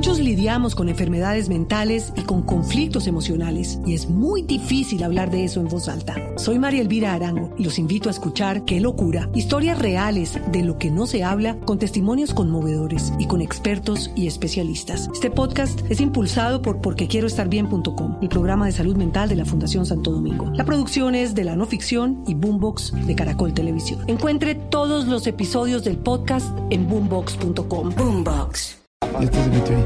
Muchos lidiamos con enfermedades mentales y con conflictos emocionales, y es muy difícil hablar de eso en voz alta. Soy María Elvira Arango y los invito a escuchar Qué Locura, historias reales de lo que no se habla, con testimonios conmovedores y con expertos y especialistas. Este podcast es impulsado por porquequieroestarbien.com, el programa de salud mental de la Fundación Santo Domingo. La producción es de La No Ficción y Boombox de Caracol Televisión. Encuentre todos los episodios del podcast en boombox.com. Boombox. Y esto se metió ahí.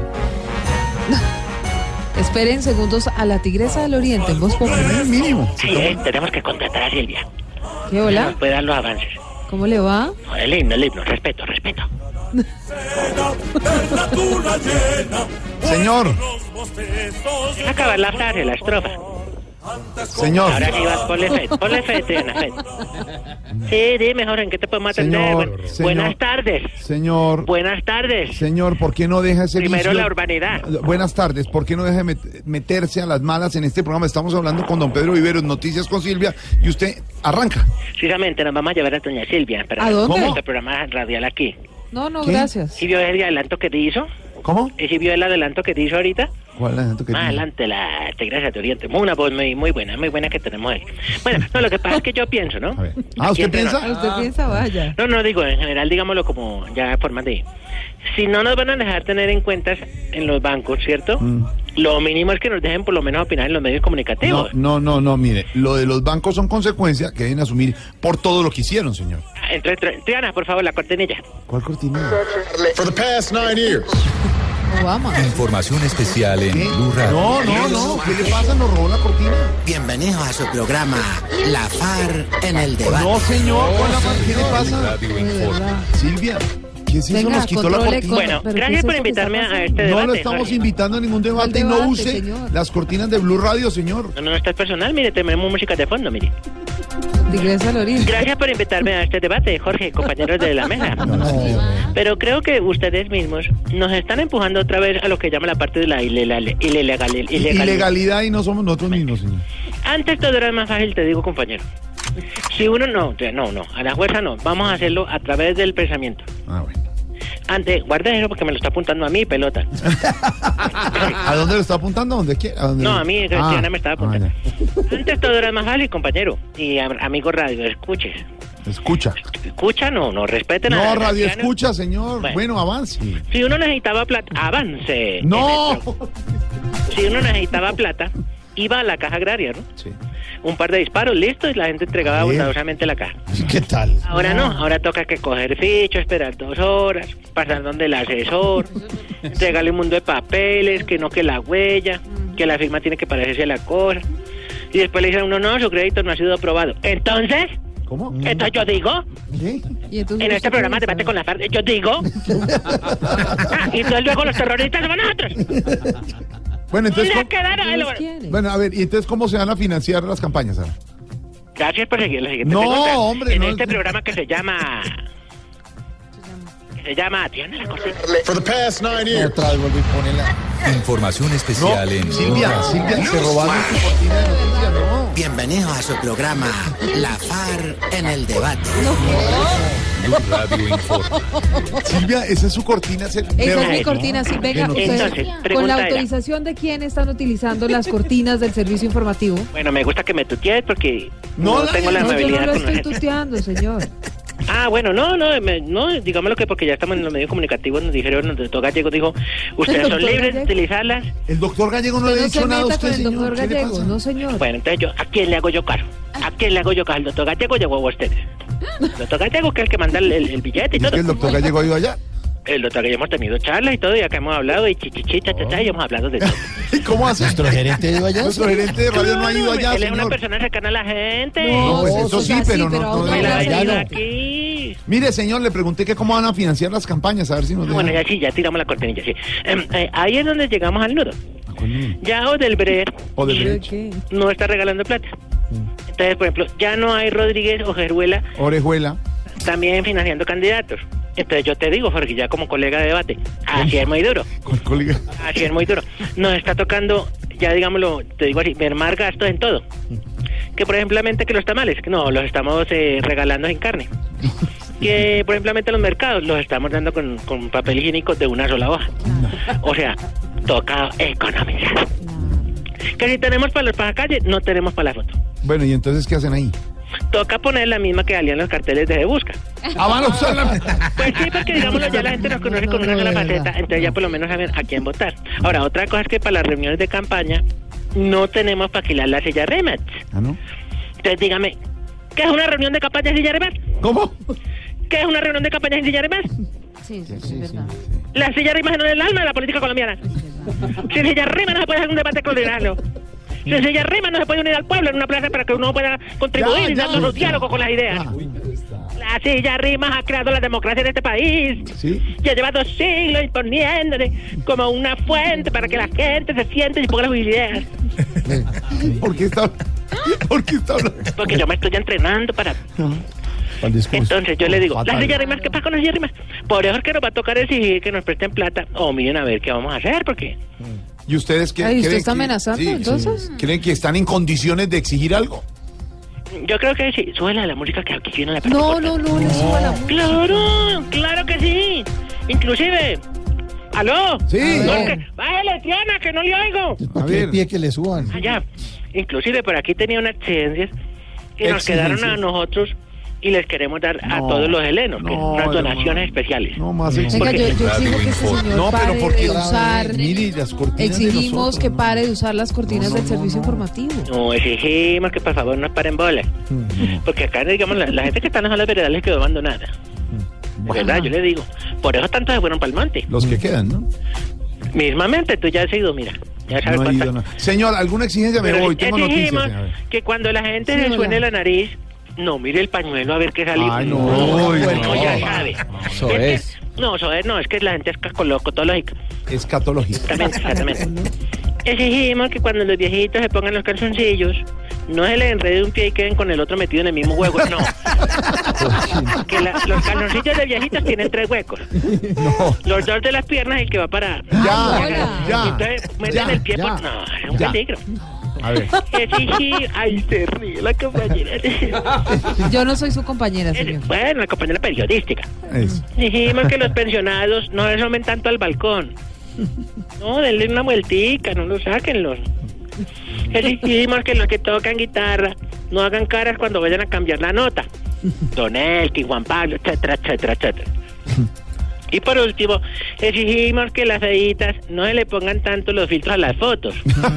Esperen segundos a la Tigresa del Oriente en Voz Popular. Mínimo. Sí, tenemos que contratar a Silvia. ¿Qué hola? Nos puede dar los avances. ¿Cómo le va? No, el himno, respeto. Señor. Deja acabar la frase, la estrofa. Señor. Ahora sí vas, ponle fe, Triana, fe. Sí, dime, Jorge, ¿en qué te podemos atender? Señor. Buenas tardes. Señor. Buenas tardes. Señor, ¿por qué no deja ese Primero vicio? la urbanidad. Buenas tardes, ¿por qué no deja meterse a las malas en este programa? Estamos hablando con don Pedro Viveros, Noticias con Silvia, y usted arranca. Precisamente nos vamos a llevar a doña Silvia para ¿A dónde? este programa radial aquí. No, ¿Qué? gracias. ¿Sí vio el adelanto que te hizo? ¿Cómo? ¿Y si vio el adelanto que te hizo ahorita? ¿Cuál es el que Más adelante, la Tigresa de Oriente. Una voz muy buena que tenemos ahí. Bueno, no, lo que pasa es que yo pienso, ¿no? A ver. ¿Usted Aquí piensa? ¿Usted piensa? Vaya. No, digo, en general, digámoslo como ya forma de... Si no nos van a dejar tener en cuentas en los bancos, ¿cierto? Lo mínimo es que nos dejen por lo menos opinar en los medios comunicativos. No, mire, lo de los bancos son consecuencias que deben asumir por todo lo que hicieron, señor. Triana, por favor, la cortinilla. ¿Cuál cortina? For the past 9 years. Obama. Información especial en Blue Radio. No, ¿qué le pasa? Nos robó la cortina. Bienvenidos a su programa La FARC en el debate. No, señor, ¿qué le pasa? Radio De Informa. verdad. Silvia, ¿qué es eso? Venga, Nos quitó la controle, cortina. Bueno, ¿pero qué gracias es por eso que invitarme está a este pasando? debate. No lo estamos Jorge. invitando a ningún debate, ¿Cuál no debate, use señor? las cortinas de Blue Radio, señor. No, esto es personal, mire, tenemos música de fondo, mire. Tigresa del Oriente. Gracias por invitarme a este debate, Jorge, compañeros de la mesa. Pero creo que ustedes mismos nos están empujando otra vez a lo que llama la parte de la ilegalidad. Ilegalidad y no somos nosotros mismos, señor. Antes todo era más fácil, te digo, compañero. Si uno no, a la fuerza no. Vamos a hacerlo a través del pensamiento. Ah, bueno. Antes, guarda eso porque me lo está apuntando a mí, pelota. ¿A dónde lo está apuntando? ¿Dónde quiere? No, a mí, Cristiana me estaba apuntando. Ya. Antes todo era más fácil, compañero. Y amigo radio, escuche. Escucha. Escucha, no, respeten a No, la radio Cristiana. escucha, señor. Bueno. Bueno, avance. Si uno necesitaba plata, avance. No. Si uno necesitaba plata, iba a la caja agraria, ¿no? Sí. Un par de disparos, listo, y la gente entregaba bondadosamente la caja. ¿Qué tal? Ahora no, ahora toca que coger ficho, esperar 2 horas, pasar donde el asesor, entregarle un mundo de papeles, que no que la huella, que la firma tiene que parecerse a la cosa. Y después le dicen a uno, no, su crédito no ha sido aprobado. Entonces, ¿Cómo? entonces yo digo, ¿Qué? Y entonces, en este ¿usted programa qué Debate sabe? con la FARC, yo digo, y entonces luego los terroristas somos nosotros. Bueno, entonces, Mira, quedaron. ¿Quién los quiere? bueno, a ver, ¿y entonces cómo se van a financiar las campañas ahora? Gracias por seguir la siguiente No, pregunta. hombre, En no. este programa que se llama... Tiene la cosita. For the past 9 years. Otra vez vuelve y pone la... Información especial en Blue Silvia, Radio. se robaron su cortina de noticias, no. Bienvenidos a su programa La FARC en el debate. Blue Radio Informa. Silvia, esa es su cortina. Esa es mi cortina, sí, venga, No, ustedes, entonces, con pregunta la era. autorización de quién están utilizando las cortinas del servicio informativo. Bueno, me gusta que me tutees porque No, no tengo la No, yo amabilidad no lo con estoy usted. tuteando, señor. Ah, bueno, no, digámoslo que porque ya estamos en los medios comunicativos, nos dijeron, el doctor Gallego dijo, ustedes son doctor libres de Gallego. utilizarlas. El doctor Gallego no Usted le ha no se dicho nada a meta usted, con el señor. doctor ¿Qué le Gallego, pasa? no señor. Bueno, entonces yo, ¿a quién le hago yo caro? ¿A quién le hago yo caro? ¿Al doctor Gallego llegó a ustedes? El doctor Gallego, que es el que manda el billete y ¿Es todo. que el doctor Gallego ha ido allá? El doctor Gallego hemos tenido charlas y todo, y acá hemos hablado, y chichichita, y hemos hablado de todo. ¿Y cómo hace? ¿Nuestro gerente ha ido allá? Nuestro gerente de radio no ha ido allá, Él es una señor. persona cercana a la gente. No, pues o eso sea, sí, pero no... ahora Me la ha ya venido no. aquí. Mire, señor, le pregunté que cómo van a financiar las campañas, a ver si nos dejan. Bueno, ya sí, ya tiramos la cortinilla, sí. Ahí es donde llegamos al nudo. Con- Ya Odebrecht Odebrecht. ¿Qué? no está regalando plata. Entonces, por ejemplo, ya no hay Rodríguez Ojeruela Orejuela. también financiando candidatos. Entonces yo te digo, Jorge, ya como colega de debate, así es muy duro, Con el colega. así es muy duro. Nos está tocando, ya digámoslo, te digo así, mermar gastos en todo. Que por ejemplo, que los tamales, no, los estamos regalando en carne. que, por ejemplo, en los mercados los estamos dando con papel higiénico de una sola hoja. O sea, toca economizar. Que si tenemos para la calle, no tenemos para la foto. Bueno, ¿y entonces qué hacen ahí? Toca poner la misma que salían los carteles de Se Busca. Ah, van a usar la... Pues sí, porque digámoslo, ya la gente nos conoce con una sola faceta, entonces ya por lo menos saben a quién votar. Ahora, otra cosa es que para las reuniones de campaña no tenemos para alquilar la silla Rimax. ¿Ah, no? Entonces dígame, ¿qué es una reunión de campaña sin silla Rimax? ¿Cómo? ¿Qué es una reunión de campaña sin silla Rimax? Sí, es verdad. La silla Rimax no es el alma de la política colombiana. Sin silla Rimax no se puede hacer un debate colombiano. Sin silla Rimax no se puede unir al pueblo en una plaza para que uno pueda contribuir y darnos un diálogo con las ideas. La silla Rimax ha creado la democracia en este país. ¿Sí? Ya lleva 2 siglos imponiéndole como una fuente para que la gente se siente y ponga sus ideas. ¿Por qué está hablando? Porque yo me estoy entrenando para... Entonces yo le digo, la silla Rimax, ¿qué pasa con la silla Rimax? Por eso es que nos va a tocar exigir que nos presten plata o miren a ver qué vamos a hacer, porque... ¿Y ustedes qué Ay, ¿usted creen está amenazando, entonces? Sí. ¿Creen que están en condiciones de exigir algo? Yo creo que sí, súbela la música que aquí viene la parte corta. No, le suba la música. Claro que sí. Inclusive, ¿aló? Sí. Bájale, Tiana, que no le oigo. A ver. pie que le suban. Allá. Inclusive por aquí tenía unas exigencias que nos quedaron a nosotros y les queremos dar a todos los helenos, que no, unas donaciones hermano. especiales. No más Venga, exigencias. yo exijo que este señor No, pero pare porque de usar... mire, las cortinas de Exigimos nosotros, que ¿no? pare de usar las cortinas del servicio informativo. No, exigimos que por favor nos paren bolas. Porque acá, digamos, la gente que está en las veredas les quedó abandonada. De verdad, yo le digo. Por eso tantos se fueron para el monte. Los que quedan, ¿no? Mismamente, tú ya has ido, mira. Ya sabes No ha cuántas. ido, no. Señor, ¿alguna exigencia? Me Pero voy, tengo noticias. exigimos A ver. que cuando la gente Sí, se hola. suene la nariz, no mire el pañuelo a ver qué sale. Ay, no, no, no. ya sabe. Eso es. No, no, es que la gente es cascológica. Escatología. Exactamente. Exigimos que cuando los viejitos se pongan los calzoncillos, no se les enrede un pie y queden con el otro metido en el mismo hueco, no. Que los calzoncillos de viejitos tienen 3 huecos. No. Los 2 de las piernas y el que va para... Ya. Entonces meten el pie por... No, es un Ya. peligro. A ver. Exigir... Ay, se ríe la compañera. Yo no soy su compañera, señor. Bueno, la compañera periodística. Eso. Dijimos que los pensionados no se asomen tanto al balcón. No, denle una vueltica, no lo sáquenlos. Exigimos que los que tocan guitarra no hagan caras cuando vayan a cambiar la nota. Don Elkin, Juan Pablo, etcétera, etcétera, etcétera. Y por último, exigimos que las feitas no se le pongan tanto los filtros a las fotos.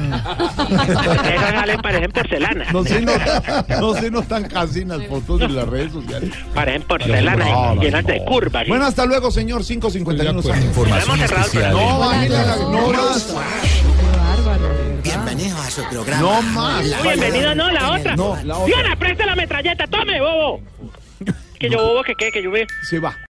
Porque esas salen, parecen porcelana. No se notan casi en las fotos de las redes sociales. Parecen porcelana No, llenas de curvas. ¿sí? Bueno, hasta luego, señor. 5:51. Información Hemos cerrado el especial. No, en bájale Blue la... Radio. No más. Qué bárbaro, de verdad. Bienvenido a su programa. No más. La Bienvenido, no, la otra. No, la otra. Diana, presta la metralleta, tome, bobo. Que yo bobo, que yo veo. Se va.